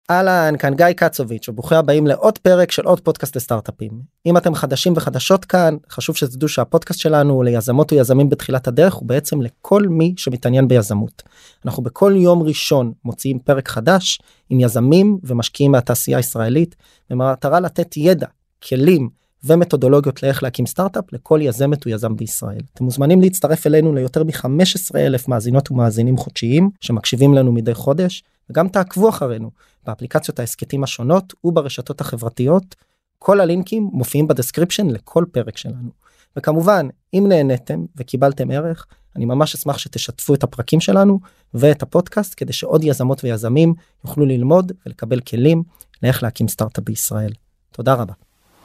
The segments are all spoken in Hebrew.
אהלן, כאן גיא קצוביץ', וברוכים הבאים לעוד פרק של עוד פודקאסט לסטארט-אפים. אם אתם חדשים וחדשות כאן, חשוב שתדעו שהפודקאסט שלנו ליזמות ויזמים בתחילת הדרך הוא בעצם לכל מי שמתעניין ביזמות. אנחנו בכל יום ראשון מוציאים פרק חדש עם יזמים ומשקיעים מהתעשייה הישראלית, במטרה לתת ידע, כלים ומתודולוגיות לאיך להקים סטארט-אפ לכל יזמת ויזם בישראל. אתם מוזמנים להצטרף אלינו ליותר מ-15,000 מאזינות ומאזינים חודשיים שמקשיבים לנו מדי חודש, וגם תעקבו אחרינו באפליקציות העסקתים השונות וברשתות החברתיות. כל הלינקים מופיעים בדסקריפשן לכל פרק שלנו. וכמובן, אם נהניתם וקיבלתם ערך, אני ממש אשמח שתשתפו את הפרקים שלנו ואת הפודקאסט, כדי שעוד יזמות ויזמים יוכלו ללמוד ולקבל כלים לאיך להקים סטארט-אפ בישראל. תודה רבה.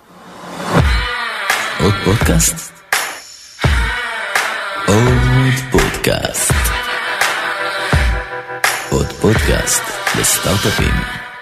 עוד פודקאסט? עוד פודקאסט. עוד פודקאסט לסטארט-אפים.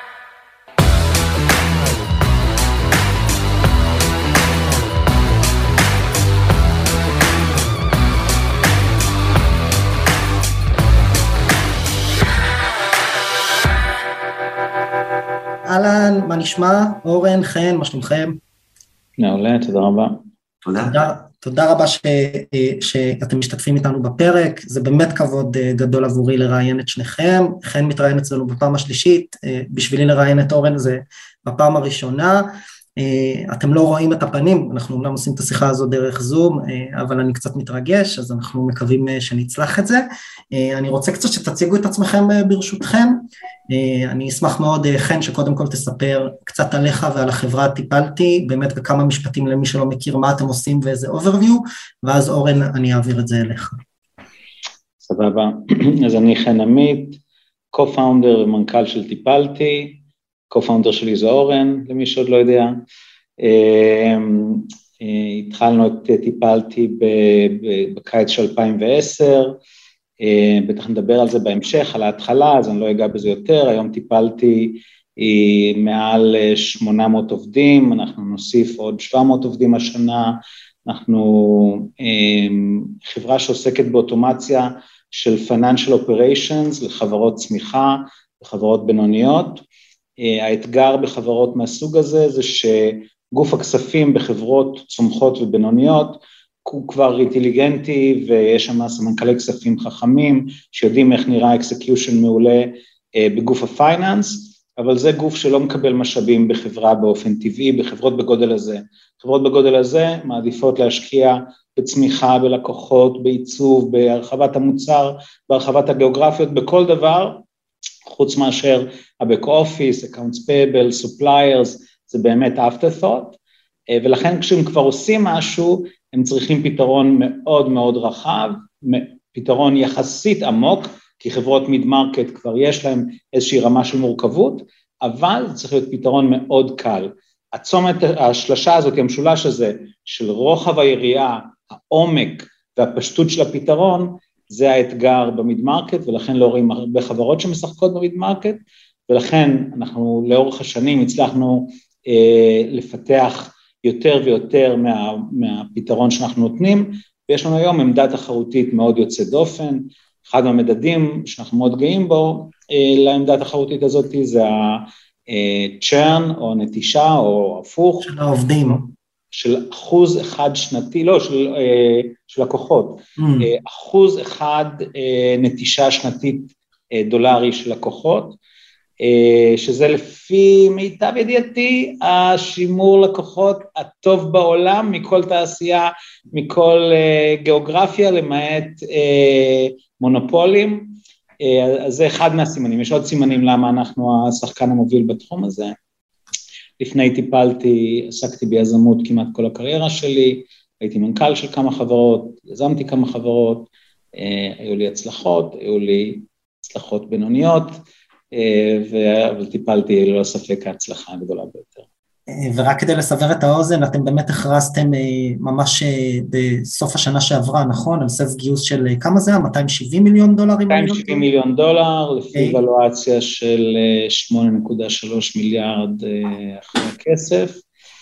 אהלן, מה נשמע? אורן, חן, מה שלומכם? מעולה, תודה רבה. תודה רבה שאתם משתתפים איתנו בפרק, זה באמת כבוד גדול עבורי לראיין את שניכם. חן מתראיין אצלנו בפעם השלישית, בשבילי לראיין את אורן זה בפעם הראשונה. אתם לא רואים את הפנים, אנחנו אומנם עושים את השיחה הזו דרך זום, אבל אני קצת מתרגש, אז אנחנו מקווים שנצלח את זה. אני רוצה קצת שתציגו את עצמכם ברשותכם. אני אשמח מאוד, חן, שקודם כל תספר קצת עליך ועל החברה טיפלתי, באמת בכמה משפטים למי שלא מכיר מה אתם עושים ואיזה overview, ואז אורן אני אעביר את זה אליך. סבבה, אז אני חן עמית, co-founder ומנכ"ל של טיפלתי, co-founder שלי זה אורן, למי שעוד לא יודע. התחלנו את טיפלתי בקיץ של 2010, בטח נדבר על זה בהמשך, על ההתחלה, אז אני לא אגע בזה יותר. היום טיפלתי מעל 800 עובדים, אנחנו נוסיף עוד 700 עובדים השנה, אנחנו חברה שעוסקת באוטומציה של Financial Operations לחברות צמיחה, לחברות בינוניות. האתגר בחברות מהסוג הזה זה שגוף הכספים בחברות צומחות ובינוניות הוא כבר אינטליגנטי, ויש שם סמנכ"לי כספים חכמים שיודעים איך נראה אקסקיושן מעולה בגוף הפייננס, אבל זה גוף שלא מקבל משאבים בחברה באופן טבעי, בחברות בגודל הזה. חברות בגודל הזה מעדיפות להשקיע בצמיחה, בלקוחות, בעיצוב, בהרחבת המוצר, בהרחבת הגיאוגרפיות, בכל דבר, חוץ מאשר ה-back office, accounts payable, suppliers, זה באמת afterthought, ולכן כשהם כבר עושים משהו, הם צריכים פתרון מאוד מאוד רחב, פתרון יחסית עמוק, כי חברות מיד-מרקט כבר יש להם איזושהי רמה של מורכבות, אבל זה צריך להיות פתרון מאוד קל. הצומת, השלשה הזאת, המשולש הזה, של רוחב היריעה, העומק והפשטות של הפתרון, זה האתגר במיד-מרקט, ולכן לא רואים הרבה חברות שמשחקות במיד-מרקט, ולכן אנחנו לאורך השנים הצלחנו לפתח יותר ויותר מהפתרון שאנחנו נותנים, ויש לנו היום עמדה תחרותית מאוד יוצאת דופן. אחד מהמדדים שאנחנו מאוד גאים בו לעמדה התחרותית הזאת, זה ה-churn או נטישה או הפוך. של העובדים. של 1% שנתי, לא, של לקוחות. 1% נטישה שנתית דולרי של לקוחות, שזה לפי מיטב ידיעתי, השימור לקוחות הטוב בעולם, מכל תעשייה, מכל גיאוגרפיה, למעט מונופולים. אז זה אחד מהסימנים. יש עוד סימנים למה אנחנו השחקן המוביל בתחום הזה. לפני טיפלתי, עסקתי ביזמות כמעט כל הקריירה שלי, הייתי מנכ"ל של כמה חברות, יזמתי כמה חברות, היו לי הצלחות, היו לי הצלחות בינוניות, אבל טיפלתי ללא ספק ההצלחה הגדולה ביותר. ורק כדי לסבר את האוזן, אתם באמת הכרזתם ממש בסוף השנה שעברה, נכון? על סף גיוס של כמה זה? 270 מיליון דולר? 270 מיליון דולר, לפי ולואציה של 8.3 מיליארד אחרי הכסף.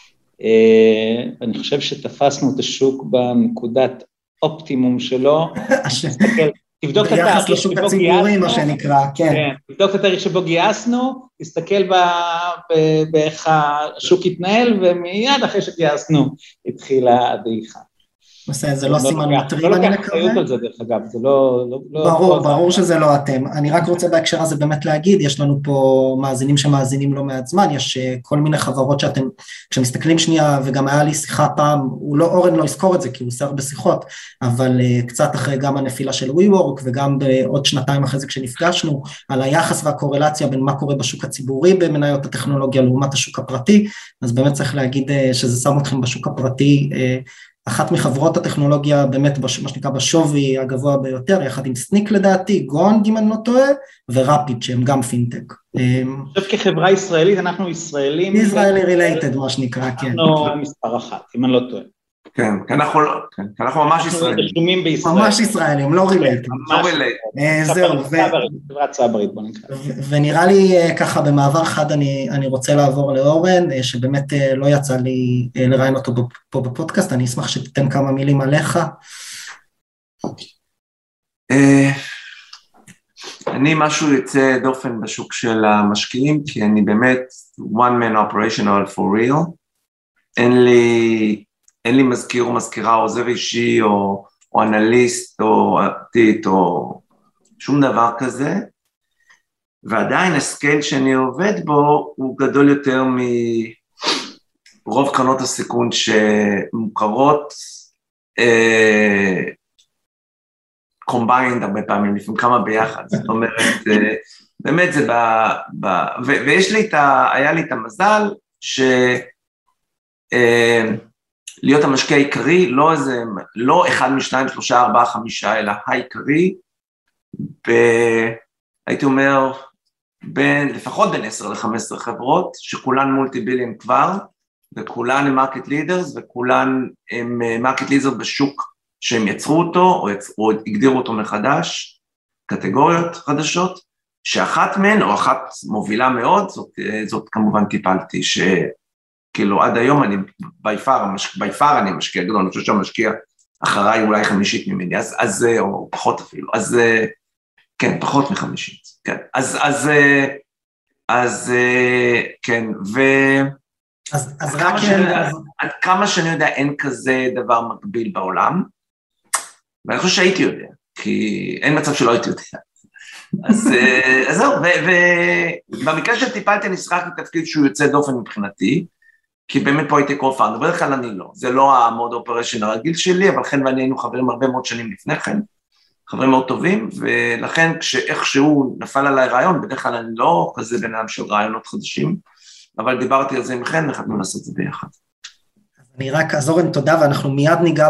אני חושב שתפסנו את השוק בנקודת אופטימום שלו. תבדוק את ביחס התאריך לשוק שבו הציבורי, גייסנו, מה שנקרא, כן. כן, תבדוק את התאריך שבו גייסנו, תסתכל באיך השוק התנהל, ומיד אחרי שגייסנו התחילה הדעיכה. זה לא סימן מטריד, אני לא לוקח אחריות על זה דרך אגב, זה לא... ברור שזה לא אתם. אני רק רוצה בהקשר הזה באמת להגיד, יש לנו פה מאזינים שמאזינים לא מעט זמן, יש כל מיני חברות שאתם, כשמסתכלים שנייה, וגם היה לי שיחה פעם, אורן לא יזכור את זה, כי הוא עושה הרבה שיחות, אבל קצת אחרי גם הנפילה של WeWork, וגם בעוד שנתיים אחרי זה כשנפגשנו, על היחס והקורלציה בין מה קורה בשוק הציבורי במניות הטכנולוגיה לעומת השוק הפרטי, אז באמת צריך להגיד שזה שם אתכם בשוק הפרטי, אחת מחברות הטכנולוגיה באמת מה שנקרא בשווי הגבוה ביותר, יחד עם סניק לדעתי, גונג אם אני לא טועה, ורפיד שהם גם פינטק. אני חושב כחברה ישראלית, אנחנו ישראלים. ישראלי רילייטד מה שנקרא, כן. אנחנו מספר אחת, אם אני לא טועה. כן, כי אנחנו ממש ישראלים. רשומים בישראל. ממש ישראלים, לא רילייטד. זהו. חברת צברית, בוא נקרא. ונראה לי ככה במעבר חד אני רוצה לעבור לאורן, שבאמת לא יצא לי לראיין אותו פה בפודקאסט, אני אשמח שתיתן כמה מילים עליך. אני משהו יוצא דופן בשוק של המשקיעים, כי אני באמת one man operational for real, אין לי מזכיר או מזכירה או עוזר אישי או אנליסט או עתית או שום דבר כזה, ועדיין הסקייל שאני עובד בו הוא גדול יותר מרוב קרנות הסיכון שמוכרות, combined הרבה פעמים, לפעמים כמה ביחד, זאת אומרת, באמת זה היה לי את המזל להיות המשקיע העיקרי, לא 1 מ-2, 3, 4, 5, אלא העיקרי, הייתי אומר, לפחות בין 10 ל-15 חברות, שכולן מולטי ביליון כבר, וכולן הם מרקט לידרס, וכולן הם מרקט לידרס בשוק שהם יצרו אותו, או הגדירו אותו מחדש, קטגוריות חדשות, שאחת מהן, או אחת מובילה מאוד, זאת כמובן טיפלתי, כאילו עד היום אני ביפר אני משקיע גדול, אני חושב שהמשקיע אחריי אולי 50 ממני, אז או פחות אפילו, אז כן, פחות מ-50, כן, אז כן, אז רק עד כמה שאני יודע אין כזה דבר מקביל בעולם, ואני חושב שהייתי יודע, כי אין מצב שלא הייתי יודע, אז זהו, ובמקרה שטיפלתי אני שחקתי תפקיד שהוא יוצא דופן מבחינתי, כי באמת פה הייתי קו-פאונדר, בדרך כלל אני לא, זה לא המוד אופריישן הרגיל שלי, אבל לכן ואני היינו חברים הרבה מאוד שנים לפני כן, חברים מאוד טובים, ולכן כשאיכשהו נפל עליי רעיון, בדרך כלל אני לא כזה בן אדם של רעיונות חדשים, אבל דיברתי על זה עם חן, והחלטנו לעשות את זה ביחד. אני רק אורן תודה, ואנחנו מיד ניגע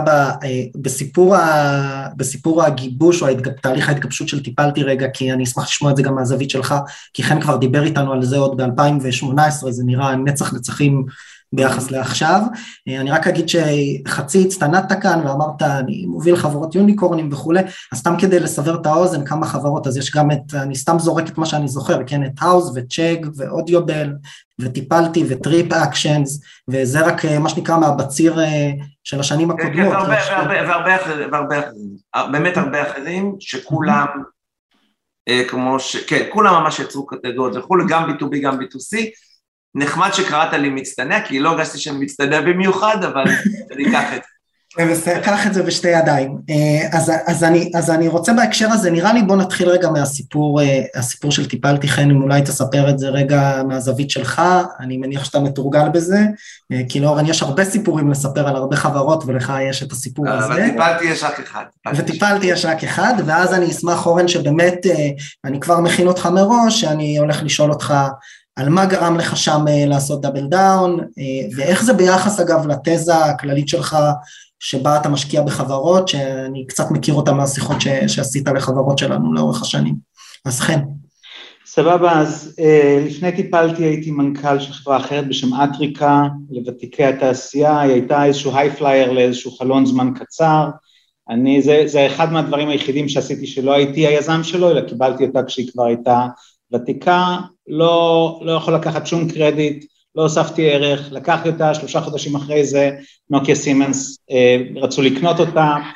בסיפור הגיבוש, או תהליך ההתגבשות של טיפלתי רגע, כי אני אשמח לשמוע את זה גם מהזווית שלך, כי חן כבר דיבר איתנו על זה עוד ב-2018, זה נראה נצח נצחים ביחס לעכשיו. אני רק אגיד שחצי הצטנעת כאן, ואמרת, אני מוביל חברות יוניקורנים וכו', אז סתם כדי לסבר את האוזן כמה חברות, אז יש גם אני סתם זורק את מה שאני זוכר, כן, את האוס וצ'ג ואודיובל, וטיפלתי וטריפ אקשנס, וזה רק מה שנקרא מהבציר של השנים הקודמות. והרבה אחרים, באמת הרבה אחרים, שכולם, כן, כולם ממש יצרו קטגוריות, וכולי, גם B2B, גם B2C, נחמד שקראת לי מצטנע, כי לא הרגשתי שאני מצטנע במיוחד, אבל אני אקח את זה. קח את זה בשתי ידיים. אז אני רוצה בהקשר הזה, נראה לי בוא נתחיל רגע מהסיפור של טיפלתי חן, אם אולי תספר את זה רגע מהזווית שלך, אני מניח שאתה מתורגל בזה, כי לאורן יש הרבה סיפורים לספר על הרבה חברות, ולך יש את הסיפור הזה. אבל טיפלתי יש רק אחד. וטיפלתי יש רק אחד, ואז אני אשמח אורן שבאמת, אני כבר מכין אותך מראש, שאני הולך לשאול אותך, על מה גרם לך שם לעשות דאבל דאון, ואיך זה ביחס אגב לתזה הכללית שלך, שבה אתה משקיע בחברות, שאני קצת מכיר אותה מהשיחות שעשית לחברות שלנו לאורך השנים. אז חן. סבבה, אז לפני טיפלתי הייתי מנכ"ל של חברה אחרת בשם אטריקה, לוותיקי התעשייה, היא הייתה איזשהו הייפלייר לאיזשהו חלון זמן קצר, זה אחד מהדברים היחידים שעשיתי שלא הייתי היזם שלו, אלא קיבלתי אותה כשהיא כבר הייתה ותיקה, לא יכול לקחת שום קרדיט, לא הוספתי ערך, לקחתי אותה 3 חודשים אחרי זה, נוקיה סימנס רצו לקנות אותה,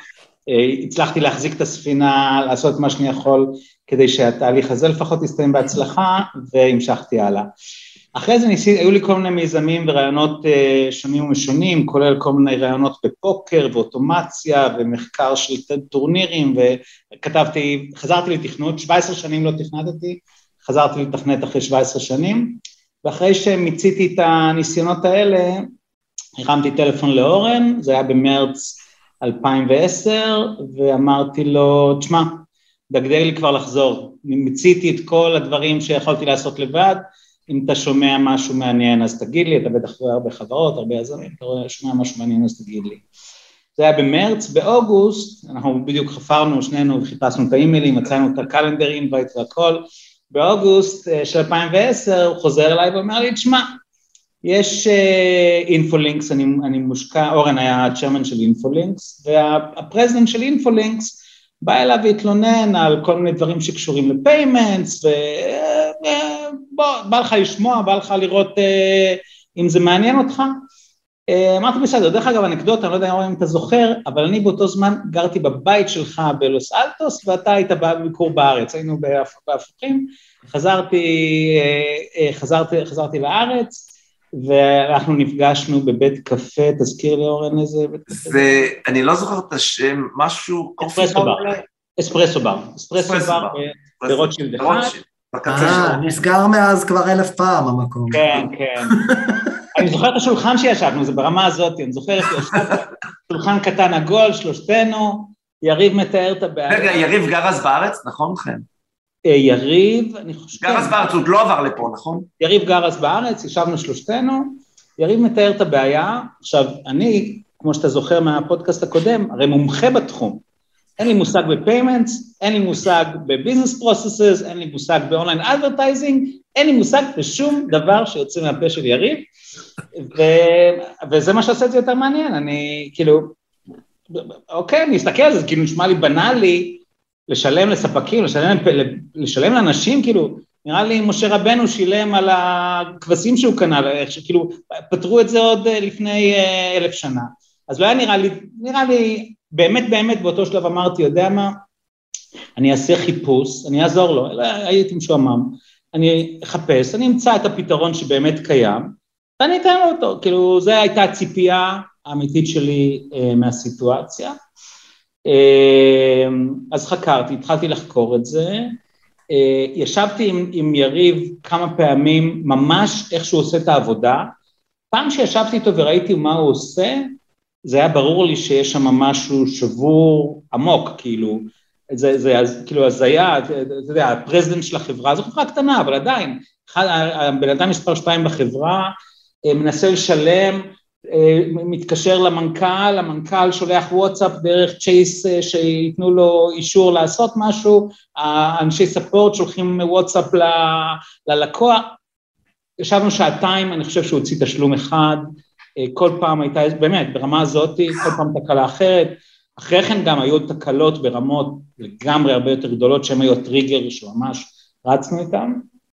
הצלחתי להחזיק את הספינה, לעשות מה שאני יכול, כדי שהתהליך הזה לפחות יסתיים בהצלחה, והמשכתי הלאה. אחרי זה היו לי כל מיני מיזמים ורעיונות שונים ומשונים, כולל כל מיני רעיונות בפוקר ואוטומציה ומחקר של טורנירים, וכתבתי, חזרתי לתכנות, 17 שנים לא תכנתתי, חזרתי לתכנת אחרי 17 שנים, ואחרי שמיציתי את הניסיונות האלה, הרמתי טלפון לאורן, זה היה במרץ 2010, ואמרתי לו, תשמע, דגדג לי כבר לחזור, מיציתי את כל הדברים שיכולתי לעשות לבד, אם אתה שומע משהו מעניין אז תגיד לי, אתה בטח רואה הרבה חברות, הרבה יזמים, אתה שומע משהו מעניין אז תגיד לי. זה היה במרץ, באוגוסט, אנחנו בדיוק חפרנו שנינו וחיפשנו את האימיילים, מצאנו את הקלנדר אינבייט והכל, באוגוסט של 2010 הוא חוזר אליי ואומר לי, תשמע, יש אינפולינקס, אני מושקע, אורן היה הצ'רמן של אינפולינקס, והפרזידנט של אינפולינקס בא אליו והתלונן על כל מיני דברים שקשורים לפיימנטס, בא לך לשמוע, בא לך לראות אם זה מעניין אותך. אמרתי בסדר, דרך אגב אנקדוטה, אני לא יודע אם אתה זוכר, אבל אני באותו זמן גרתי בבית שלך בלוס אלטוס, ואתה היית בביקור בארץ, היינו בהפוכים, חזרתי לארץ, ואנחנו נפגשנו בבית קפה, תזכיר לי אורן איזה בית קפה? אני לא זוכר את השם, משהו... אספרסו בר ברוטשילד אחד. נסגר מאז כבר 1000 פעם המקום. כן. אני זוכר את השולחן שישבנו, זה ברמה הזאת, אני זוכר את שולחן קטן עגול, שלושתנו, יריב מתאר את הבעיה. רגע, יריב גרס בארץ, נכון לכם? יריב, אני חושב... גרס בארץ, הוא לא עבר לפה, נכון? יריב גרס בארץ, ישבנו שלושתנו, יריב מתאר את הבעיה, עכשיו אני, כמו שאתה זוכר מהפודקאסט הקודם, הרי מומחה בתחום, אין לי מושג בפיימנטס, אין לי מושג בביזנס פרוססס, אין לי מושג באונליין אדברטייזינג, אין לי מושג בשום דבר שיוצא מהפה של יריב, וזה מה שעושה את זה יותר מעניין, אני כאילו, אוקיי, אני אסתכל על זה, כאילו נשמע לי בנאלי, לשלם לספקים, לשלם לאנשים, כאילו, נראה לי משה רבנו שילם על הכבשים שהוא קנה, כאילו, פתרו את זה עוד לפני 1000 שנה, אז לא היה נראה לי, באמת באותו שלב אמרתי, יודע מה, אני אעשה חיפוש, אני אעזור לו, הייתי משועמם, אני אחפש, אני אמצא את הפתרון שבאמת קיים, ואני אתן לו אותו, כאילו, זו הייתה הציפייה האמיתית שלי מהסיטואציה, אז חקרתי, התחלתי לחקור את זה, ישבתי עם יריב כמה פעמים, ממש איך שהוא עושה את העבודה, פעם שישבתי איתו וראיתי מה הוא עושה, זה היה ברור לי שיש שם משהו שבור עמוק, כאילו, זה כאילו הזיה, אתה יודע, הפרזידנט של החברה, זו חברה קטנה, אבל עדיין, הבן אדם מספר 2 בחברה, מנסה לשלם, מתקשר למנכ"ל, המנכ"ל שולח וואטסאפ דרך צ'ייס שיתנו לו אישור לעשות משהו, האנשי ספורט שולחים וואטסאפ ללקוח, ישבנו שעתיים, אני חושב שהוא הוציא תשלום אחד, כל פעם הייתה, באמת, ברמה הזאת, כל פעם תקלה אחרת, אחרי כן גם היו תקלות ברמות לגמרי הרבה יותר גדולות, שהן היו טריגר שממש רצנו איתם,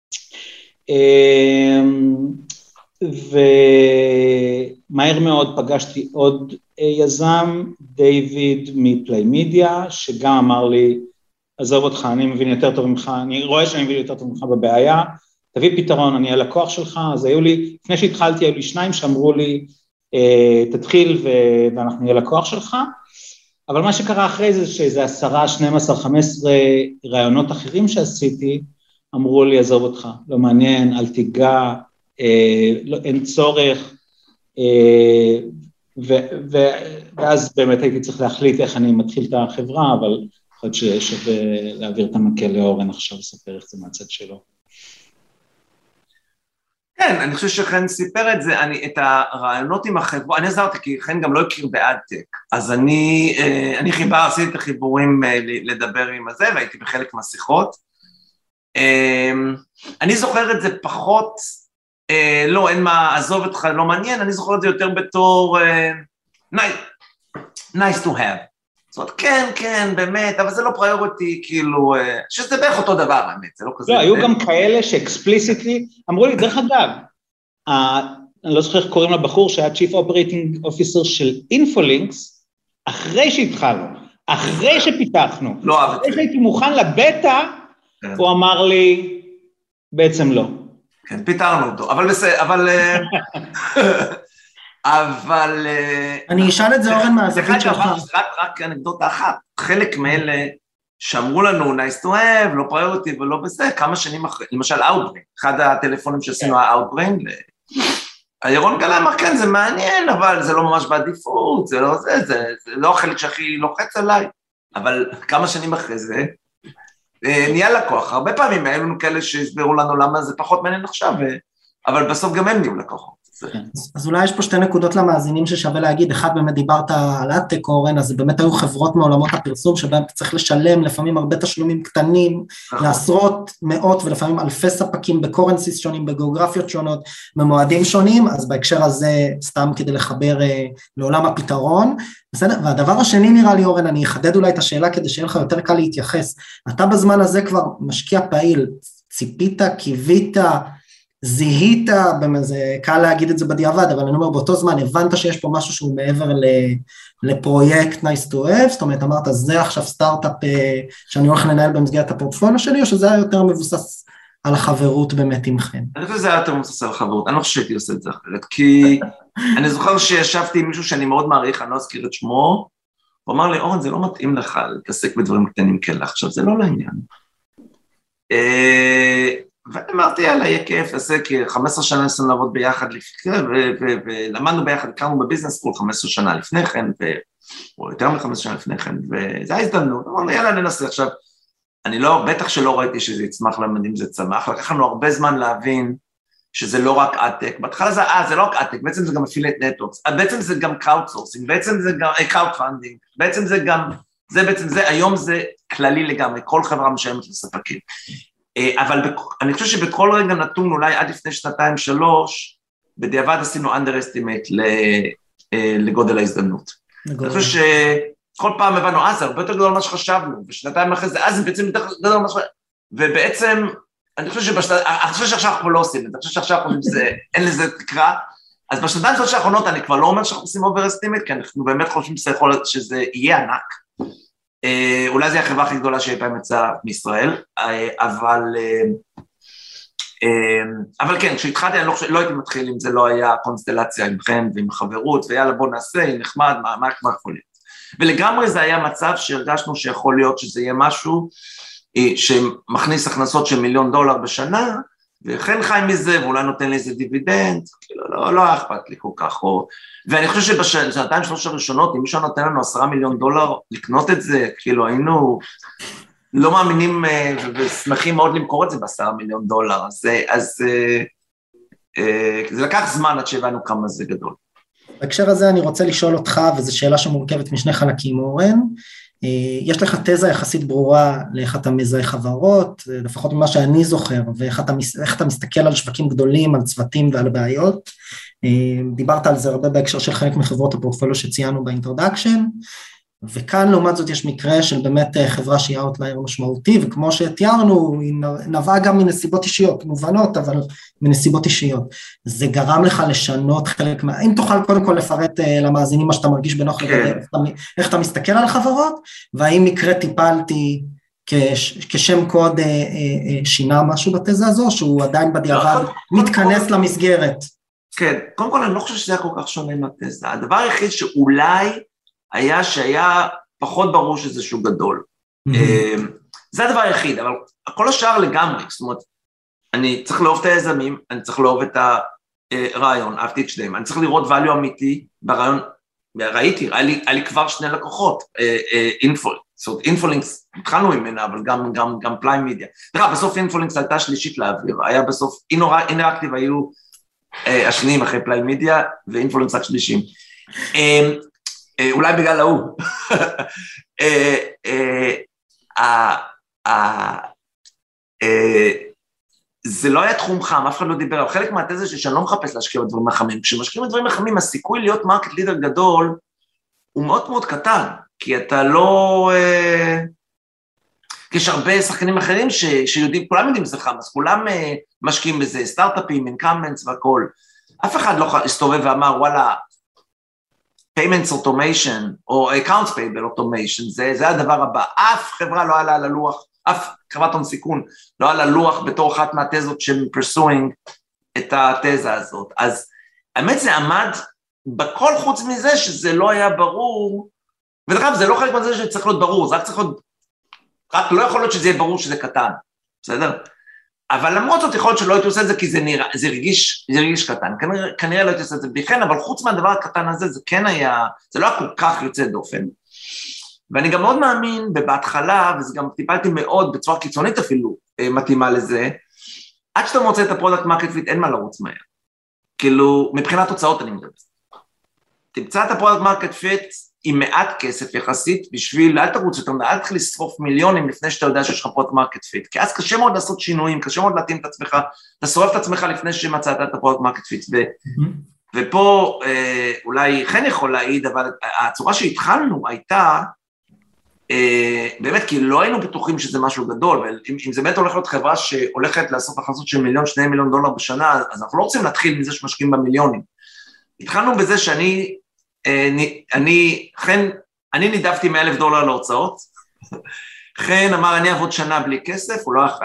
ומהר מאוד פגשתי עוד יזם, דיוויד מפליי מידיה, שגם אמר לי, עזוב אותך, אני מבין יותר טוב ממך, אני רואה שאני מבין יותר טוב ממך בבעיה, תביא פתרון, אני הלקוח שלך, אז היו לי, לפני שהתחלתי, היו לי 2 שאמרו לי, תתחיל ואנחנו נהיה לקוח שלך, אבל מה שקרה אחרי זה, שזה 10, 12, 15 רעיונות אחרים שעשיתי, אמרו לי, עזוב אותך, לא מעניין, אל תיגע, אין צורך, ואז באמת הייתי צריך להחליט איך אני מתחיל את החברה, אבל יכול להיות ששווה להעביר את המקל לאורן עכשיו, לספר איך זה מהצד שלו. כן, אני חושב שחן סיפר את זה, את הרעיונות עם החברה, אני עזרתי, כי חן גם לא הכיר באדטק, אז אני עשיתי את החיבורים לדבר עם הזה, והייתי בחלק מהשיחות. אני זוכר את זה פחות, לא, אין מה, עזוב אותך, לא מעניין, אני זוכר את זה יותר בתור nice to have. זאת אומרת, כן, באמת, אבל זה לא פריוריטי, כאילו, שזה בערך אותו דבר, האמת, זה לא כזה. לא, היו גם כאלה שאקספליסיטלי, אמרו לי, דרך אגב, אני לא זוכר איך קוראים לבחור, שהיה Chief Operating Officer של אינפולינקס, אחרי שהתחלנו, אחרי שפיתחנו, לא אהב את אחרי זה. שהייתי מוכן לבטא, כן. הוא אמר לי, בעצם לא. כן, פיתרנו אותו, אבל בסדר, אבל... אני אשאל את זה אורן מהזווית שלך. רק אנקדוטה אחת, חלק מאלה שאמרו לנו, nice to have, לא פריוריטי ולא בזה, כמה שנים אחרי, למשל Outbrain, אחד הטלפונים שעשינו ה-Outbrain, הירון גלה אמר, כן, זה מעניין, אבל זה לא ממש בעדיפות, זה לא החלק שהכי לוחץ עליי, אבל כמה שנים אחרי זה, נהיה לקוח, הרבה פעמים היו לנו כאלה שהסבירו לנו למה זה פחות מעניין עכשיו, אבל בסוף גם הם נהיו לקוחות. אז אולי יש פה שתי נקודות למאזינים ששווה להגיד, אחד באמת דיברת על אטק אורן, אז זה באמת היו חברות מעולמות הפרסום, שבהם אתה צריך לשלם לפעמים הרבה תשלומים קטנים, לעשרות, מאות ולפעמים אלפי ספקים בקורנסיס שונים, בגיאוגרפיות שונות, במועדים שונים, אז בהקשר הזה סתם כדי לחבר לעולם הפתרון, בסדר? והדבר השני נראה לי אורן, אני אחדד אולי את השאלה כדי שיהיה לך יותר קל להתייחס, אתה בזמן הזה כבר משקיע פעיל, ציפית, קיווית, זיהית, זה קל להגיד את זה בדיעבד, אבל אני אומר באותו זמן, הבנת שיש פה משהו שהוא מעבר לפרויקט nice to have, זאת אומרת, אמרת, זה עכשיו סטארט-אפ שאני הולך לנהל במסגרת הפורטפוליו שלי, או שזה היה יותר מבוסס על החברות באמת עמכם? אני חושב שזה היה יותר מבוסס על החברות, אני לא חושב שהייתי עושה את זה אחרת, כי אני זוכר שישבתי עם מישהו שאני מאוד מעריך, אני לא אזכיר את שמו, הוא אמר לי, אורן, זה לא מתאים לך להתעסק בדברים קטנים כאלה, עכשיו זה לא לעניין. ואני אמרתי, יאללה, יהיה כיף, עשה כ-15 שנה ניסינו לעבוד ביחד, ולמדנו ביחד, הכרנו בביזנס סקול 15 שנה לפני כן, או יותר מ-15 שנה לפני כן, וזו ההזדמנות, אמרנו, יאללה, ננסה עכשיו. אני לא, בטח שלא ראיתי שזה יצמח למדים, זה צמח, לקח לנו הרבה זמן להבין שזה לא רק אטק, בהתחלה זה לא רק אטק, בעצם זה גם אפילייט נטוורקס, בעצם זה גם קראודסורסינג, בעצם זה גם קראוד פנדינג, בעצם זה גם, היום זה כללי לגמרי, כל חברה משלמת לספקים. אבל אני חושב שבכל רגע נתון, אולי עד לפני 2-3, בדיעבד עשינו underestimate לגודל ההזדמנות. אני חושב שכל פעם הבנו, זה הרבה יותר גדול ממה שחשבנו, ושנתיים אחרי זה, זה בעצם יותר גדול ממה שחשבנו, ובעצם, אני חושב שעכשיו אנחנו לא עושים את זה, אני חושב שעכשיו אין לזה תקרה, אז בשנתיים האחרונות אני כבר לא אומר שאנחנו עושים overestimate, כי אנחנו באמת חושבים שזה יהיה ענק, אולי זה החברה הכי גדולה שאי פעם יצאה מישראל, אבל כן, כשהתחלתי אני לא הייתי מתחיל אם זה לא היה קונסטלציה עמכם ועם חברות, ויאללה בוא נעשה, נחמד, מה יכול להיות. ולגמרי זה היה מצב שהרגשנו שיכול להיות שזה יהיה משהו שמכניס הכנסות של $1,000,000 בשנה, וכן חי מזה, ואולי נותן לי איזה דיבידנד, כאילו לא אכפת לי כל כך, ואני חושב שבשנתיים 3 הראשונות, אם מישהו נותן לנו $10,000,000 לקנות את זה, כאילו היינו לא מאמינים ושמחים מאוד למכור את זה $10,000,000, אז זה לקח זמן עד שהבנו כמה זה גדול. בהקשר הזה אני רוצה לשאול אותך, וזו שאלה שמורכבת משני חלקים אורן, יש לך תזה יחסית ברורה לאיך אתה מזהה חברות, לפחות ממה שאני זוכר, ואיך אתה מסתכל על שווקים גדולים, על צוותים ועל בעיות, דיברת על זה הרבה בהקשר של חלק מחברות הפורטפוליו שציינו באינטרודקשן, וכאן לעומת זאת יש מקרה של באמת חברה שהיא אאוטלייר משמעותי, וכמו שתיארנו, היא נבעה גם מנסיבות אישיות, מובנות, אבל מנסיבות אישיות. זה גרם לך לשנות חלק אם תוכל קודם כל לפרט למאזינים מה שאתה מרגיש בנוח לגבי, איך אתה מסתכל על החברות, והאם מקרה טיפלתי כשם קוד שינה משהו בתזה הזו, שהוא עדיין בדיעבד מתכנס למסגרת. כן, קודם כל אני לא חושב שזה היה כל כך שונה מהתזה. הדבר היחיד שאולי שהיה פחות ברור שזה שהוא גדול. זה הדבר היחיד, אבל כל השאר לגמרי, זאת אומרת, אני צריך לאהוב את היזמים, אני צריך לאהוב את הרעיון, אהבתי את שניהם, אני צריך לראות value אמיתי ברעיון, ראיתי, היה לי כבר 2 לקוחות, זאת אומרת, אינפולינקס, התחלנו ממנה, אבל גם פליים מידיה. בסוף אינפולינקס הייתה שלישית לאוויר, היה בסוף, אינראקטיב היו השניים אחרי פליים מידיה, ואינפולינקס רק שלישים. אולי בגלל ההוא. זה לא היה תחום חם, אף אחד לא דיבר, אבל חלק מהתזה שאני לא מחפש להשקיע בדברים החמים. כשמשקיעים בדברים החמים, הסיכוי להיות מרקט לידר גדול, הוא מאוד מאוד קטן, כי אתה לא... יש הרבה שחקנים אחרים שיודעים, כולם יודעים שזה חם, אז כולם משקיעים בזה, סטארט-אפים, אינקאמנטס והכל. אף אחד לא הסתובב ואמר, וואלה, payments automation, או accounts payable automation, זה הדבר הבא. אף חברה לא עלה על הלוח, אף חברת הון סיכון לא עלה על הלוח בתור אחת מהתזות של pursuing את התזה הזאת. אז האמת זה עמד בכל חוץ מזה שזה לא היה ברור, ודרך אגב זה לא חלק מזה שצריך להיות ברור, זה רק צריך להיות, רק לא יכול להיות שזה יהיה ברור שזה קטן, בסדר? אבל למרות זאת יכול להיות שלא הייתי עושה את זה כי זה הרגיש קטן, כנראה לא הייתי עושה את זה בכן, אבל חוץ מהדבר הקטן הזה זה כן היה, זה לא היה כל כך יוצא דופן. ואני גם מאוד מאמין בהתחלה, וזה גם טיפלתי מאוד בצורה קיצונית אפילו מתאימה לזה, עד שאתה מוצא את הפרודקט מרקט פיט אין מה לרוץ מהר. כאילו, מבחינת תוצאות אני מדבר. תמצא את הפרודקט מרקט פיט עם מעט כסף יחסית, בשביל, אל תרוץ יותר, אל תתחיל לשרוף מיליונים לפני שאתה יודע שיש לך פרודקט מרקט פיט, כי אז קשה מאוד לעשות שינויים, קשה מאוד להתאים את עצמך, אתה שורף את עצמך לפני שמצאת את הפרודקט מרקט פיט, ופה אולי חן יכול להעיד, אבל הצורה שהתחלנו הייתה, באמת, כי לא היינו בטוחים שזה משהו גדול, ואם זה באמת הולך להיות חברה שהולכת לעשות הכנסות של $1-2 מיליון בשנה, אז אנחנו לא רוצים להתחיל מזה שמשקיעים במיליונים. התחלנו בזה שאני נידפתי $100,000 להוצאות, חן אמר, אני אעבוד שנה בלי כסף,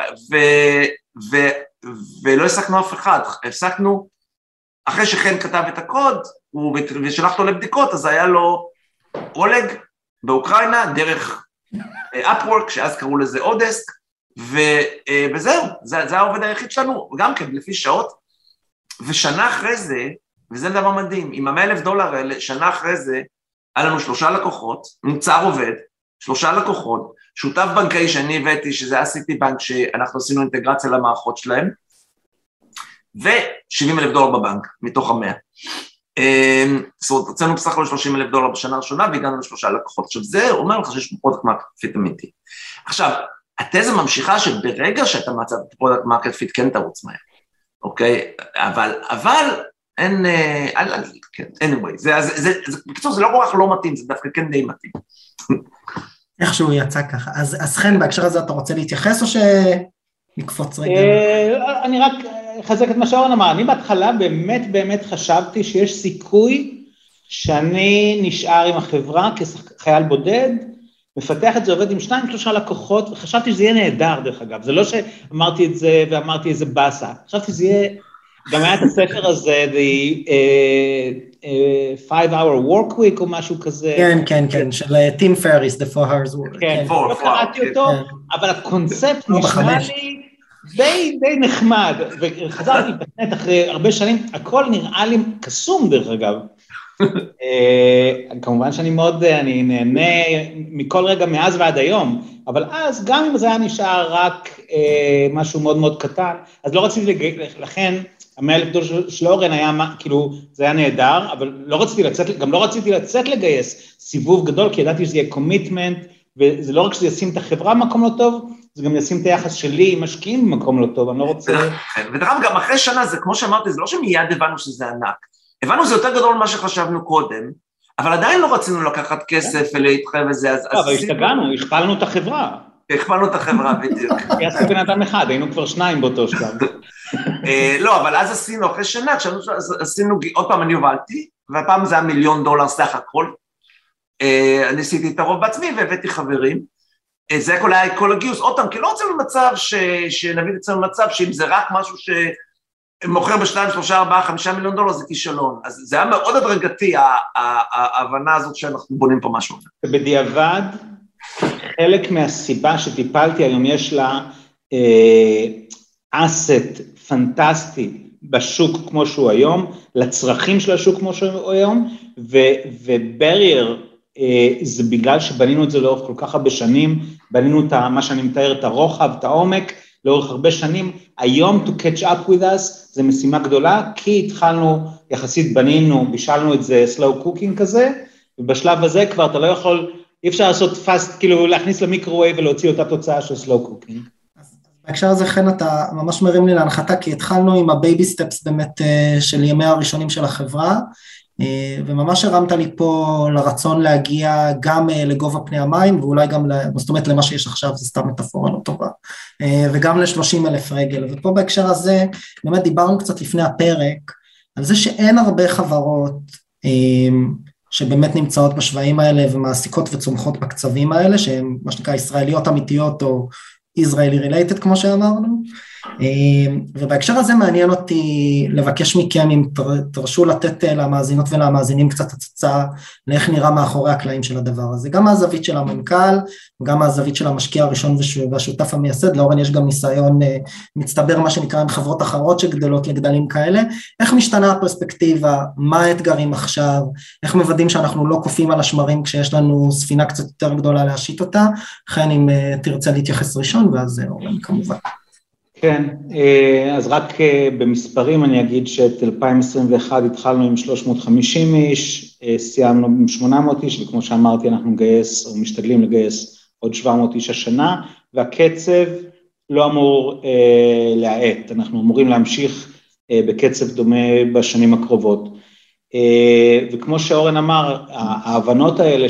ולא הפסקנו אף אחד, הפסקנו, אחרי שחן כתב את הקוד, ושלח אותו לבדיקות, אז היה לו אולג באוקראינה, דרך Upwork, שאז קראו לזה אודסק, וזהו, זה העובד היחיד שלנו, גם כן, לפי שעות, ושנה אחרי זה, וזה דבר מדהים, עם $100,000 האלה, שנה אחרי זה, היה לנו 3 לקוחות, מוצר עובד, 3 לקוחות, שותף בנקאי שאני הבאתי, שזה היה סיטי בנק, שאנחנו עשינו אינטגרציה למערכות שלהם, ו$70,000 בבנק, מתוך 100. זאת אומרת, הוצאנו בסך הכל $30,000 בשנה הראשונה, והגענו ל3 לקוחות. עכשיו, זה אומר לך שיש פרודקט מרקט פיט אמיתי. עכשיו, התזה ממשיכה שברגע שאתה מצאת את פרודקט מרקט פיט, כן תרוץ מהר, אוקיי? אבל, אין, anyway, בקיצור, זה לא כל כך לא מתאים, זה דווקא כן די מתאים. איכשהו יצא ככה. אז חן, בהקשר הזה אתה רוצה להתייחס או שנקפוץ רגע? אני רק חזק את מה שאורן אמר, אני בהתחלה באמת חשבתי שיש סיכוי שאני נשאר עם החברה כחייל בודד, מפתח את זה, עובד עם 2-3 לקוחות, וחשבתי שזה יהיה נהדר דרך אגב, זה לא שאמרתי את זה ואמרתי איזה בסה, חשבתי שזה יהיה, גם היה את הספר הזה, the 5-hour work week או משהו כזה. כן, של טים פריס, the 4 hours work. כן, לא קראתי אותו, אבל הקונספט נשמע לי די נחמד, וחזרתי באמת אחרי הרבה שנים, הכל נראה לי קסום דרך אגב. כמובן שאני אני נהנה מכל רגע מאז ועד היום, אבל אז גם אם זה היה נשאר רק משהו מאוד מאוד קטן, אז לא רציתי, לכן $100,000 של אורן היה, כאילו, זה היה נהדר, אבל גם לא רציתי לצאת לגייס סיבוב גדול, כי ידעתי שזה יהיה קומיטמנט, וזה לא רק שזה ישים את החברה במקום לא טוב, זה גם ישים את היחס שלי עם משקיעים במקום לא טוב, אני לא רוצה... ודרם, גם אחרי שנה, זה כמו שאמרתי, זה לא שמיד הבנו שזה ענק, הבנו זה יותר גדול ממה שחשבנו קודם, אבל עדיין לא רצינו לקחת כסף ולהתחייב וזה, אז... אבל השתגענו, הכפלנו את החברה. הכפלנו את החברה, בדיוק. יעשו בן אדם אחד, היינו כבר 2 באותו שלב. לא, אבל אז עשינו, אחרי שנה, עשינו, עוד פעם אני הובלתי, והפעם זה היה $1,000,000 סך הכל, אני עשיתי את הרוב בעצמי והבאתי חברים, זה היה כל הגיוס, עוד פעם, כי לא רצינו מצב, שנביא אצלנו מצב, שאם זה רק משהו שמוכר ב2, 3, 4, $5 מיליון, זה כישלון, אז זה היה מאוד הדרגתי, ההבנה הזאת שאנחנו בונים פה משהו. בדיעבד, חלק מהסיבה שטיפלתי היום, יש לה אסט פנטסטי בשוק כמו שהוא היום, לצרכים של השוק כמו שהוא היום, וברייר, זה בגלל שבנינו את זה לאורך כל כך הרבה שנים, בנינו את מה שאני מתאר, את הרוחב, את העומק, לאורך הרבה שנים, היום to catch up with us, זה משימה גדולה, כי התחלנו, יחסית בנינו, בישלנו את זה slow cooking כזה, ובשלב הזה כבר אתה לא יכול, אי אפשר לעשות fast, כאילו להכניס למיקרווייב ולהוציא אותה תוצאה של slow cooking. בהקשר הזה, חן, אתה ממש מרים לי להנחתה, כי התחלנו עם הבייבי סטפס באמת של ימי הראשונים של החברה, וממש הרמת לי פה לרצון להגיע גם לגובה פני המים, ואולי גם, זאת אומרת, למה שיש עכשיו, זה סתם מטאפורה לא טובה, וגם ל30,000 רגל, ופה בהקשר הזה, באמת דיברנו קצת לפני הפרק, על זה שאין הרבה חברות שבאמת נמצאות בשוואים האלה ומעסיקות וצומחות בקצבים האלה, שהן מה שנקרא ישראליות אמיתיות או Israeli related כמו שאמרנו, ובהקשר הזה מעניין אותי לבקש מכם אם תרשו לתת למאזינות ולמאזינים קצת הצצה לאיך נראה מאחורי הקלעים של הדבר הזה, גם מהזווית של המנכ"ל וגם מהזווית של המשקיע הראשון והשותף המייסד. לאורן יש גם ניסיון מצטבר מה שנקרא עם חברות אחרות שגדלות לגדלים כאלה, איך משתנה הפרספקטיבה, מה האתגרים עכשיו, איך מוודאים שאנחנו לא קופים על השמרים כשיש לנו ספינה קצת יותר גדולה להשיט אותה. לכן אם תרצה להתייחס ראשון ואז אורן כמובן. כן, אז רק במספרים אני אגיד שאת 2021 התחלנו עם 350 איש, סיימנו עם 800 איש, וכמו שאמרתי אנחנו נגייס או משתדלים לגייס עוד 700 איש השנה, והקצב לא אמור להאט, אנחנו אמורים להמשיך בקצב דומה בשנים הקרובות. וכמו שאורן אמר, ההבנות האלה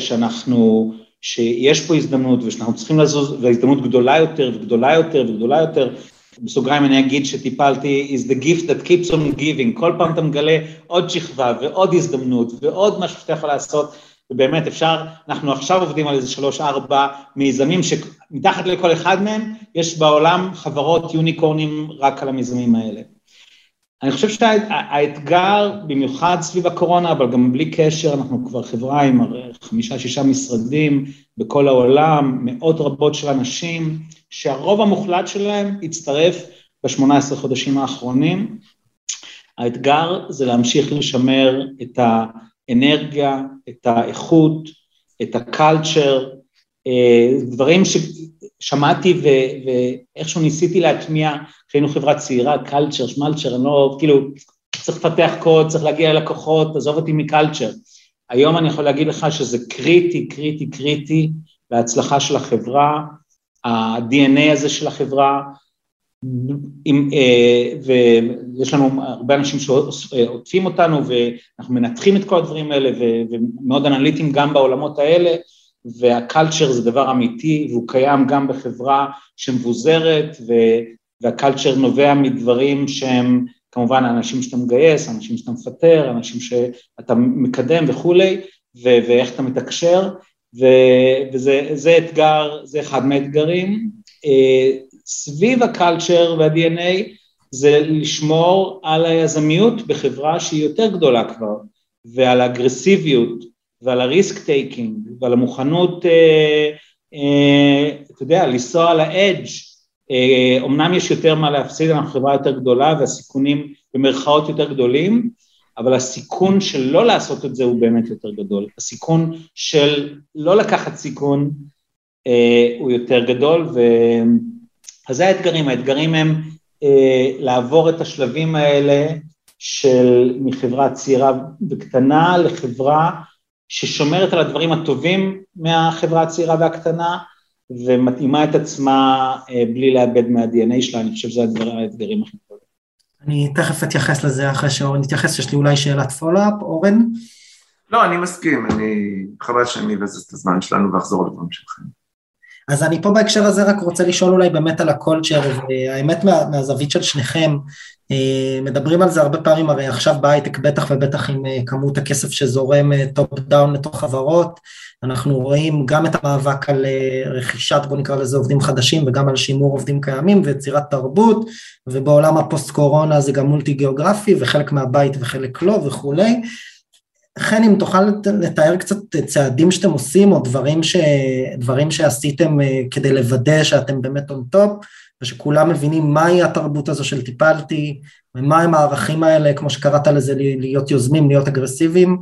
שיש פה הזדמנות ושאנחנו צריכים לזוז, והזדמנות גדולה יותר וגדולה יותר וגדולה יותר, בסוגריים אני אגיד שטיפלתי is the gift that keeps on giving, כל פעם אתה מגלה עוד שכבה ועוד הזדמנות ועוד משהו שאתה יכול לעשות, ובאמת אפשר, אנחנו עכשיו עובדים על איזה 3-4 מיזמים שמתחת לכל אחד מהם יש בעולם חברות יוניקורנים רק על המיזמים האלה. אני חושב שהאתגר במיוחד סביב הקורונה, אבל גם בלי קשר, אנחנו כבר חברה עם 5-6 משרדים בכל העולם, מאות רבות של אנשים, שהרוב המוחלט שלהם הצטרף ב-18 חודשים האחרונים. האתגר זה להמשיך לשמר את האנרגיה, את האיכות, את הקלצ'ר, דברים ששמעתי ואיכשהו ניסיתי להטמיע, כשהיינו חברה צעירה, קלצ'ר, שמלצ'ר, אני לא, כאילו, צריך לפתח קוד, צריך להגיע ללקוחות, עזוב אותי מקלצ'ר. היום אני יכול להגיד לך שזה קריטי, קריטי, קריטי להצלחה של החברה, ה-DNA הזה של החברה, ויש לנו הרבה אנשים שעוטפים אותנו, ואנחנו מנתחים את כל הדברים האלה, ומאוד אנליטיים גם בעולמות האלה, והקלצ'ר זה דבר אמיתי, והוא קיים גם בחברה שמבוזרת, והקלצ'ר נובע מדברים שהם כמובן האנשים שאתה מגייס, האנשים שאתה מפטר, האנשים שאתה מקדם וכולי, ואיך אתה מתקשר, וזה אתגר, זה אחד מהאתגרים. סביב הקלצ'ר וה-DNA זה לשמור על היזמיות בחברה שהיא יותר גדולה כבר, ועל האגרסיביות, ועל הריסק טייקינג, ועל המוכנות, אתה יודע, לנסוע על האדג'. אמנם יש יותר מה להפסיד, אנחנו חברה יותר גדולה, והסיכונים במרכאות יותר גדולים, אבל הסיכון של לא לעשות את זה הוא באמת יותר גדול. הסיכון של לא לקחת סיכון הוא יותר גדול, אז זה האתגרים. האתגרים הם לעבור את השלבים האלה של מחברה צעירה וקטנה לחברה ששומרת על הדברים הטובים מהחברה הצעירה והקטנה, ומתאימה את עצמה בלי לאבד מה-DNA שלה. אני חושב שזה האתגרים הכי גדולים. אני תכף אתייחס לזה אחרי שאורן נתייחס, יש לי אולי שאלת פולאפ, אורן? לא, אני מסכים, חבל שאני אבזבז את הזמן שלנו ואחזור לדברים שלכם. אז אני פה בהקשר הזה רק רוצה לשאול אולי באמת על הקולצ'ר, והאמת מהזווית של שניכם, מדברים על זה הרבה פעמים, הרי עכשיו בהייטק בטח ובטח עם כמות הכסף שזורם טופ דאון לתוך חברות, אנחנו רואים גם את המאבק על רכישת, בוא נקרא לזה עובדים חדשים, וגם על שימור עובדים קיימים ויצירת תרבות, ובעולם הפוסט קורונה זה גם מולטי גיאוגרפי, וחלק מהבית וחלק לא וכולי. לכן אם תוכל לתאר קצת צעדים שאתם עושים, או דברים שעשיתם כדי לוודא שאתם באמת on top, ושכולם מבינים מהי התרבות הזו של טיפלתי, ומה הם הערכים האלה, כמו שקראת לזה, להיות יוזמים, להיות אגרסיביים.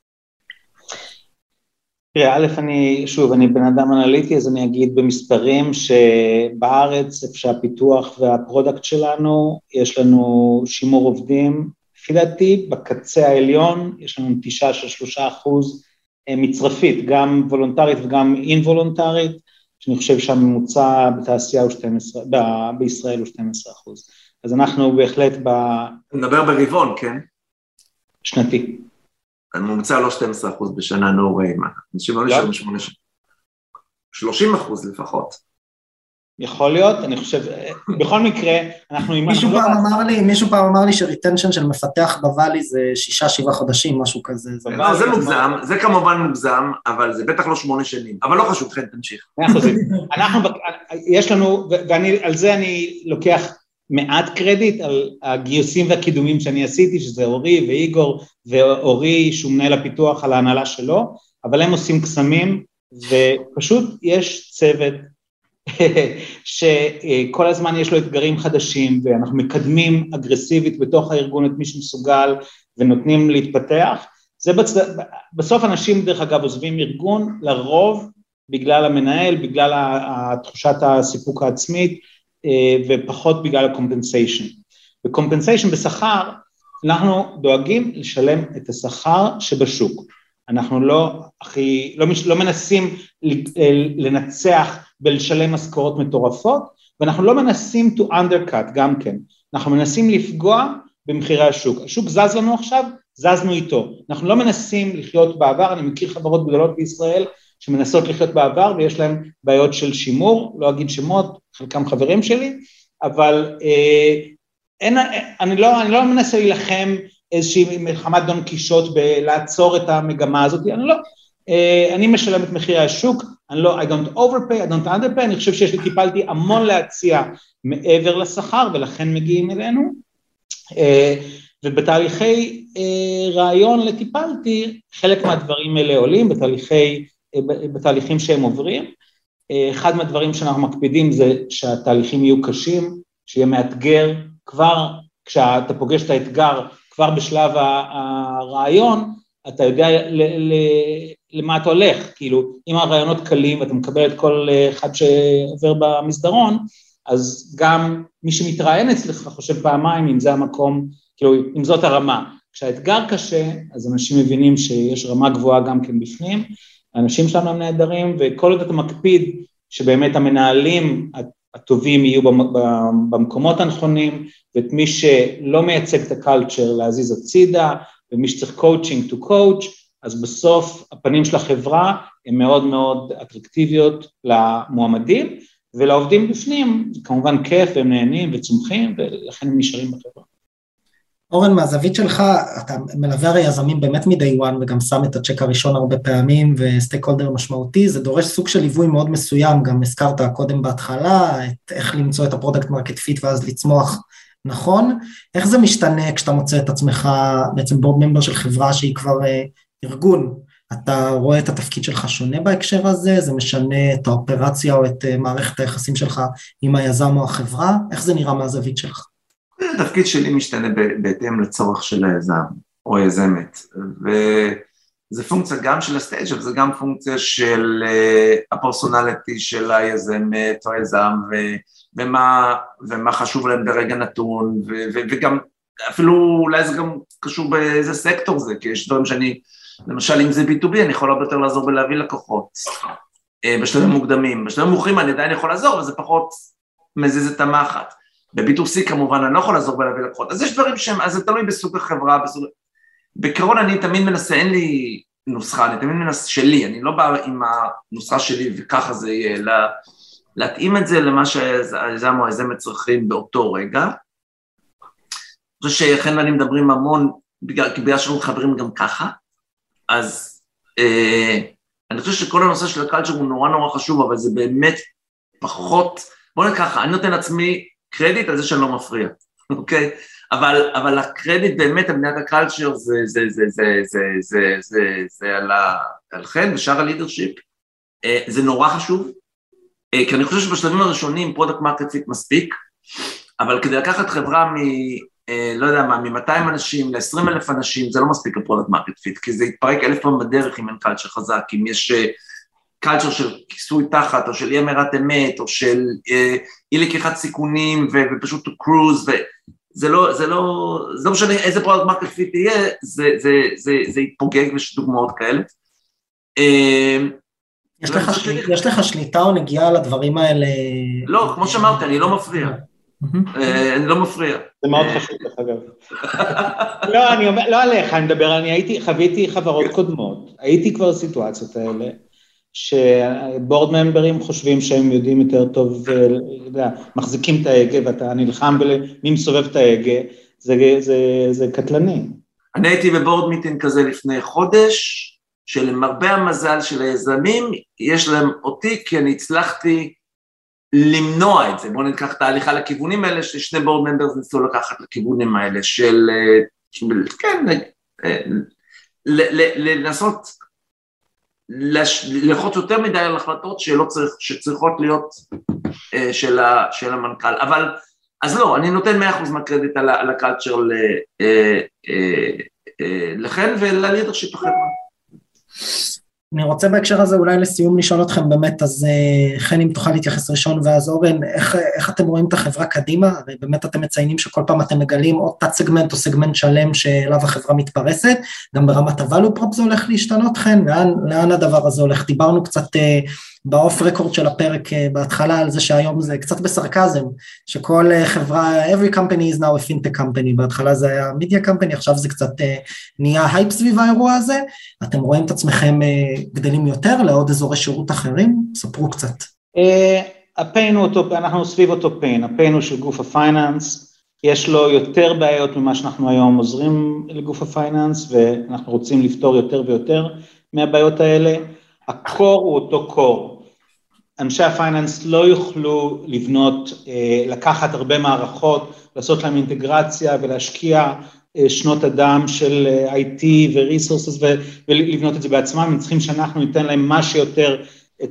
תראה, א', אני בן אדם אנליטי, אז אני אגיד במספרים שבארץ, איפה שהפיתוח והפרודקט שלנו, יש לנו שימור עובדים, לפי דעתי, בקצה העליון, יש לנו נטישה של 3% מצרפית, גם וולונטרית וגם אינוולונטרית, שאני חושב שהממוצע בתעשייה הוא 12, בישראל הוא 12%. אז אנחנו בהחלט נדבר ברבעון, כן? שנתי. הממוצע לא 12% בשנה, no way, מה? אנשים לא נשארים 30% לפחות. יכול להיות, אני חושב, בכל מקרה, מישהו פעם אמר לי שריטנשן של מפתח בוואלי זה 6-7 חודשים, משהו כזה. זה מוגזם, זה כמובן מוגזם, אבל זה בטח לא 8 שנים, אבל לא חשוב, כן, תמשיך. יש לנו, ועל זה אני לוקח מעט קרדיט על הגיוסים והקידומים שאני עשיתי, שזה אורי ואיגור, ואורי שהוא מנהל הפיתוח על ההנהלה שלו, אבל הם עושים קסמים, ופשוט יש צוות, שכל הזמן יש לו אתגרים חדשים, ואנחנו מקדמים אגרסיבית בתוך הארגון את מי שמסוגל, ונותנים להתפתח. זה בסוף אנשים דרך אגב עוזבים ארגון, לרוב בגלל המנהל, בגלל תחושת הסיפוק העצמית, ופחות בגלל הקומפנסיישן. וקומפנסיישן בשכר, אנחנו דואגים לשלם את השכר שבשוק. אנחנו לא מנסים לנצח ולשלם משכורות מטורפות, ואנחנו לא מנסים to undercut גם כן. אנחנו מנסים לפגוע במחירי השוק. השוק זז לנו עכשיו, זזנו איתו. אנחנו לא מנסים לחיות בעבר, אני מכיר חברות גדולות בישראל, שמנסות לחיות בעבר, ויש להם בעיות של שימור, לא אגיד שמות, חלקם חברים שלי, אבל אני לא מנסה להילחם איזושהי מלחמת דון קישוט בלעצור את המגמה הזאת, אני משלם את מחירי השוק, I don't overpay, I don't underpay, אני חושב טיפלתי המון להציע מעבר לשכר, ולכן מגיעים אלינו, ובתהליכי רעיון לטיפלתי, חלק מהדברים האלה עולים, בתהליכים שהם עוברים, אחד מהדברים שאנחנו מקפידים זה שהתהליכים יהיו קשים, שיהיה מאתגר, כבר כשאתה פוגש את האתגר, כבר בשלב הרעיון, אתה יודע למה אתה הולך, כאילו, אם הרעיונות קלים, אתה מקבל את כל אחד שעובר במסדרון, אז גם מי שמתראיין אצלך חושב פעמיים, אם זה המקום, כאילו, אם זאת הרמה. כשהאתגר קשה, אז אנשים מבינים שיש רמה גבוהה גם כן בפנים, האנשים שלנו הם נהדרים, וכל עוד אתה מקפיד שבאמת המנהלים הטובים יהיו במקומות הנכונים, ואת מי שלא מייצג את הקלצ'ר להזיז הצידה, ומי שצריך coaching to coach, אז בסוף הפנים של החברה הן מאוד מאוד אטרקטיביות למועמדים, ולעובדים בפנים, זה כמובן כיף, הם נהנים וצומחים, ולכן הם נשארים בחברה. אורן, מהזווית שלך, אתה מלווה הרי יזמים באמת מ-day one, וגם שם את הצ'ק הראשון הרבה פעמים, וסטייק הולדר משמעותי, זה דורש סוג של ליווי מאוד מסוים, גם הזכרת קודם בהתחלה, איך למצוא את הפרודקט מרקט פיט, ואז לצמוח נכון. איך זה משתנה כשאתה מוצא את עצמך, בעצם בורד ממבר של חברה שהיא כבר ארגון, אתה רואה את התפקיד שלך שונה בהקשר הזה, זה משנה את האופרציה או את מערכת היחסים שלך עם היזם או החברה, איך זה נראה מהזווית שלך? התפקיד שלי משתנה בהתאם לצורך של היזם או היזמת, וזה פונקציה גם של הסטייג', אבל זה גם פונקציה של הפרסונליטי של היזמת או היזם, ומה חשוב להם ברגע נתון, וגם אפילו אולי זה גם קשור באיזה סקטור זה, כי יש דברים שאני, למשל אם זה B2B, אני יכול הרבה יותר לעזור בלהביא לקוחות, בשלבים מוקדמים, בשלבים מאוחרים אני עדיין יכול לעזור, אבל זה פחות מזיז את המחט. ב-B2C כמובן אני לא יכול לעזור בלהביא לקוחות, אז יש דברים שהם, אז זה תלוי בסוג החברה, בקרון אני תמיד מנסה, אין לי נוסחה, אני תמיד מנסה שלי, אני לא בא עם הנוסחה שלי וככה זה יהיה, אלא להתאים את זה למה שהיזם או היזמת צריכים באותו רגע. אני חושב שאכן אני מדברים המון, כי בגלל שאנחנו מתחברים גם ככה, אז אני חושב שכל הנושא של הקלצ'ר הוא נורא נורא חשוב, אבל זה באמת פחות, בוא נגיד ככה, אני נותן לעצמי קרדיט על זה שאני לא מפריע, אוקיי? אבל הקרדיט באמת, המדינת הקלצ'ר זה עליכם, בשאר הלידרשיפ, זה נורא חשוב, כי אני חושב שבשלבים הראשונים פרודקט מרקט פיט מספיק, אבל כדי לקחת חברה לא יודע מה, מ-200 אנשים ל-20,000 אנשים, זה לא מספיק לפרודקט מרקט פיט, כי זה יתפרק 1,000 פעם בדרך אם אין קלצ'ר חזק, אם יש קלצ'ר של כיסוי תחת, או של אי אמירת אמת, או של אי לקיחת סיכונים, ופשוט to cruise, זה לא משנה איזה פרודקט מרקט פיט יהיה, זה יתפוגג ויש דוגמאות כאלה. יש לך שליטה או נגיעה לדברים האלה? לא, כמו שאמרתי, אני לא מפריע. אני לא מפריע. זה מאוד חשוב לך אגב. לא, אני אומר, לא עליך, אני מדבר, חוויתי חברות קודמות, הייתי כבר בסיטואציות האלה, שבורד ממברים חושבים שהם יודעים יותר טוב, מחזיקים את ההגה, ואתה נלחם במי מסובב את ההגה, זה קטלני. אני הייתי בבורד מיטינג כזה לפני חודש, שלמרבה המזל של היזמים, יש להם אותי, כי אני הצלחתי למנוע את זה. בואו ניקח את ההליכה לכיוונים האלה, ששני בורד ממברס ניסו לקחת לכיוונים האלה, כן, לנסות ללחוץ יותר מדי על החלטות שצריכות להיות של המנכ"ל. אבל, אז לא, אני נותן 100% מהקרדיט על הקלצ'ר לכן וללידרשיפ החברה. אני רוצה בהקשר הזה אולי לסיום לשאול אתכם באמת, אז חן אם תוכל להתייחס ראשון ואז אורן, איך אתם רואים את החברה קדימה? הרי באמת אתם מציינים שכל פעם אתם מגלים עוד תת סגמנט או סגמנט שלם שאליו החברה מתפרסת, גם ברמת ה-value prop זה הולך להשתנות, חן, לאן הדבר הזה הולך? דיברנו קצת באוף רקורד של הפרק בהתחלה על זה שהיום זה קצת בסרקזם, שכל חברה, every company is now a fintech company, בהתחלה זה היה media company, עכשיו זה קצת נהיה הייפ סביב האירוע הזה, אתם רואים את עצמכם גדלים יותר לעוד אזורי שירות אחרים? ספרו קצת. אנחנו סביב אותו פיין, הפיין הוא של גוף הפייננס, יש לו יותר בעיות ממה שאנחנו היום עוזרים לגוף הפייננס, ואנחנו רוצים לפתור יותר ויותר מהבעיות האלה, הקור הוא אותו קור, אנשי הפייננס לא יוכלו לבנות, לקחת הרבה מערכות, לעשות להם אינטגרציה ולהשקיע שנות אדם של IT ו-resources ולבנות את זה בעצמם, הם צריכים שאנחנו ניתן להם מה שיותר,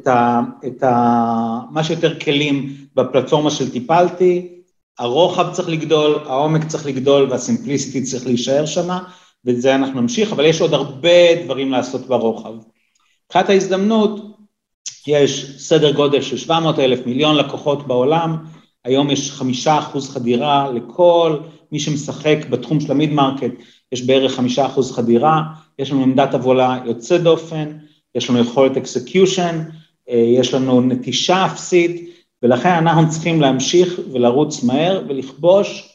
מה שיותר כלים בפלטפורמה של טיפלתי, הרוחב צריך לגדול, העומק צריך לגדול והסימפליסיטי צריך להישאר שמה, ואת זה אנחנו נמשיך, אבל יש עוד הרבה דברים לעשות ברוחב. מבחינת ההזדמנות, יש סדר גודל של 700,000 מיליון לקוחות בעולם, היום יש 5% חדירה לכל מי שמשחק בתחום של המיד מרקט, יש בערך 5% חדירה, יש לנו עמדת עבודה יוצא דופן, יש לנו יכולת אקסקיושן, יש לנו נטישה אפסית, ולכן אנחנו צריכים להמשיך ולרוץ מהר ולכבוש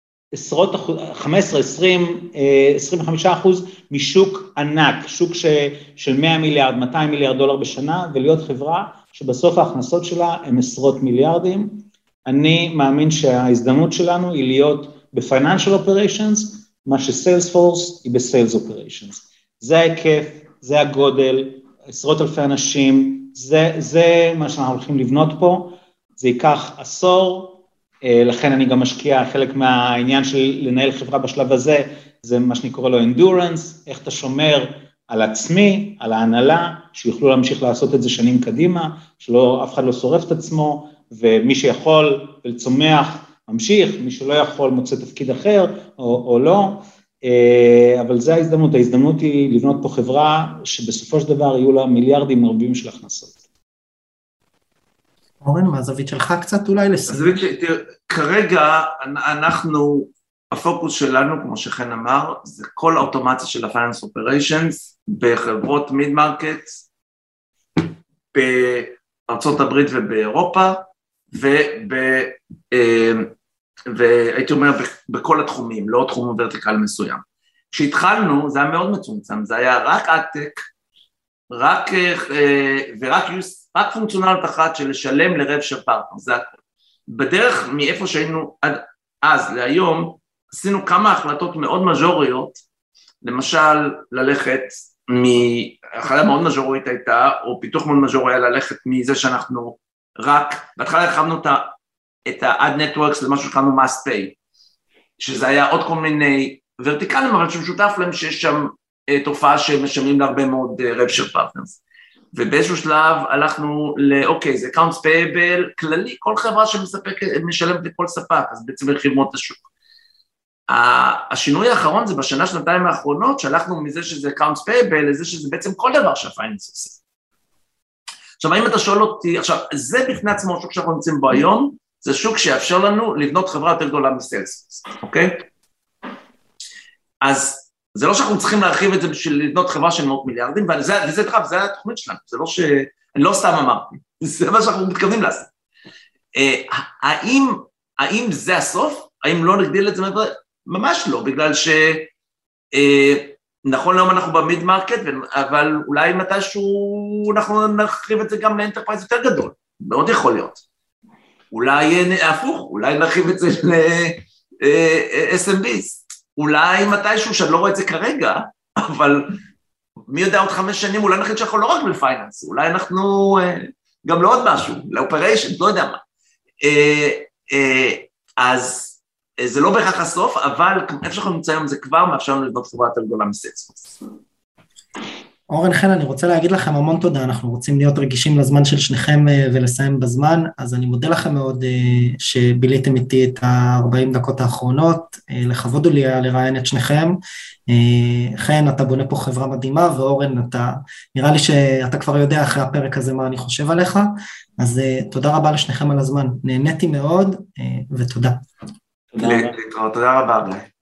15, 20, 25% משוק ענק, שוק של 100 מיליארד, 200 מיליארד דולר בשנה, ולהיות חברה שבסוף ההכנסות שלה הם עשרות מיליארדים. אני מאמין שההזדמנות שלנו היא להיות ב-Financial Operations, מה ש-Salesforce היא ב-Sales Operations. זה ההיקף, זה הגודל, עשרות אלפי אנשים, זה מה שאנחנו הולכים לבנות פה, זה ייקח עשור, לכן אני גם משקיע חלק מהעניין של לנהל חברה בשלב הזה, זה מה שאני קורא לו endurance, איך אתה שומר על עצמי, על ההנהלה, שיוכלו להמשיך לעשות את זה שנים קדימה, שלא, אף אחד לא שורף את עצמו, ומי שיכול ולצומח ממשיך, מי שלא יכול מוצא תפקיד אחר או לא, אבל זה ההזדמנות, ההזדמנות היא לבנות פה חברה שבסופו של דבר יהיו לה מיליארדים רבים של הכנסות. אורן, מהזווית שלך קצת אולי לסיום? כרגע אנחנו, הפוקוס שלנו, כמו שחן אמר, זה כל האוטומציה של ה-Finance Operations בחברות מיד-מרקט, בארצות הברית ובאירופה, והייתי אומר בכל התחומים, לא תחום ורטיקל מסוים. כשהתחלנו, זה היה מאוד מצומצם, זה היה רק אטק, רק פונקציונלית אחת של לשלם לרב של פרטנר, זה הכל. בדרך מאיפה שהיינו עד אז להיום, עשינו כמה החלטות מאוד מז'וריות, למשל ללכת החלטה מאוד מז'ורית הייתה, או פיתוח מאוד מז'ורי היה ללכת מזה שאנחנו רק, בהתחלה הרחבנו את ה-Ad Networks למשהו שקראנו Must Pay, שזה היה עוד כל מיני ורטיקלים, אבל שמשותף להם שיש שם תופעה שמשלמים להרבה מאוד רב-share partners. ובאיזשהו שלב הלכנו לאוקיי, זה accounts payable כללי, כל חברה שמשלמת לכל ספק, אז בעצם הרחיבנו את השוק. השינוי האחרון זה בשנה שנתיים האחרונות, שהלכנו מזה שזה accounts payable, לזה שזה בעצם כל דבר שהפייננס עושה. עכשיו, האם אתה שואל אותי, עכשיו, זה בפני עצמו השוק שאנחנו נמצאים בו היום, זה שוק שיאפשר לנו לבנות חברה יותר גדולה מסיילספורס, אוקיי? אז זה לא שאנחנו צריכים להרחיב את זה בשביל לבנות חברה של מאות מיליארדים, וזה התוכנית שלנו, זה לא אני לא סתם אמרתי, זה מה שאנחנו מתכוונים לעשות. האם זה הסוף? האם לא נגדיל את זה? ממש לא, בגלל נכון להיום אנחנו במיד מרקט, אבל אולי מתישהו אנחנו נרחיב את זה גם לאנטרפרייז יותר גדול, מאוד יכול להיות. אולי הפוך, אולי נרחיב את זה ל-SMBs, אולי מתישהו שאני לא רואה את זה כרגע, אבל מי יודע עוד 5 שנים, אולי נחליט שאנחנו לא רק בפייננס, אולי אנחנו גם לעוד משהו, לאופריישן, לא יודע מה. אז זה לא בהכרח הסוף, אבל איפה שאנחנו נמצא היום זה כבר מאפשר לנו לבנות חברה יותר גדולה מסיילספורס. אורן חן, אני רוצה להגיד לכם המון תודה, אנחנו רוצים להיות רגישים לזמן של שניכם ולסיים בזמן, אז אני מודה לכם מאוד שביליתם איתי את ה-40 דקות האחרונות, לכבוד הוא לי לראיין את שניכם, חן, אתה בונה פה חברה מדהימה, ואורן, נראה לי שאתה כבר יודע אחרי הפרק הזה מה אני חושב עליך, אז תודה רבה לשניכם על הזמן, נהניתי מאוד, ותודה. תודה רבה.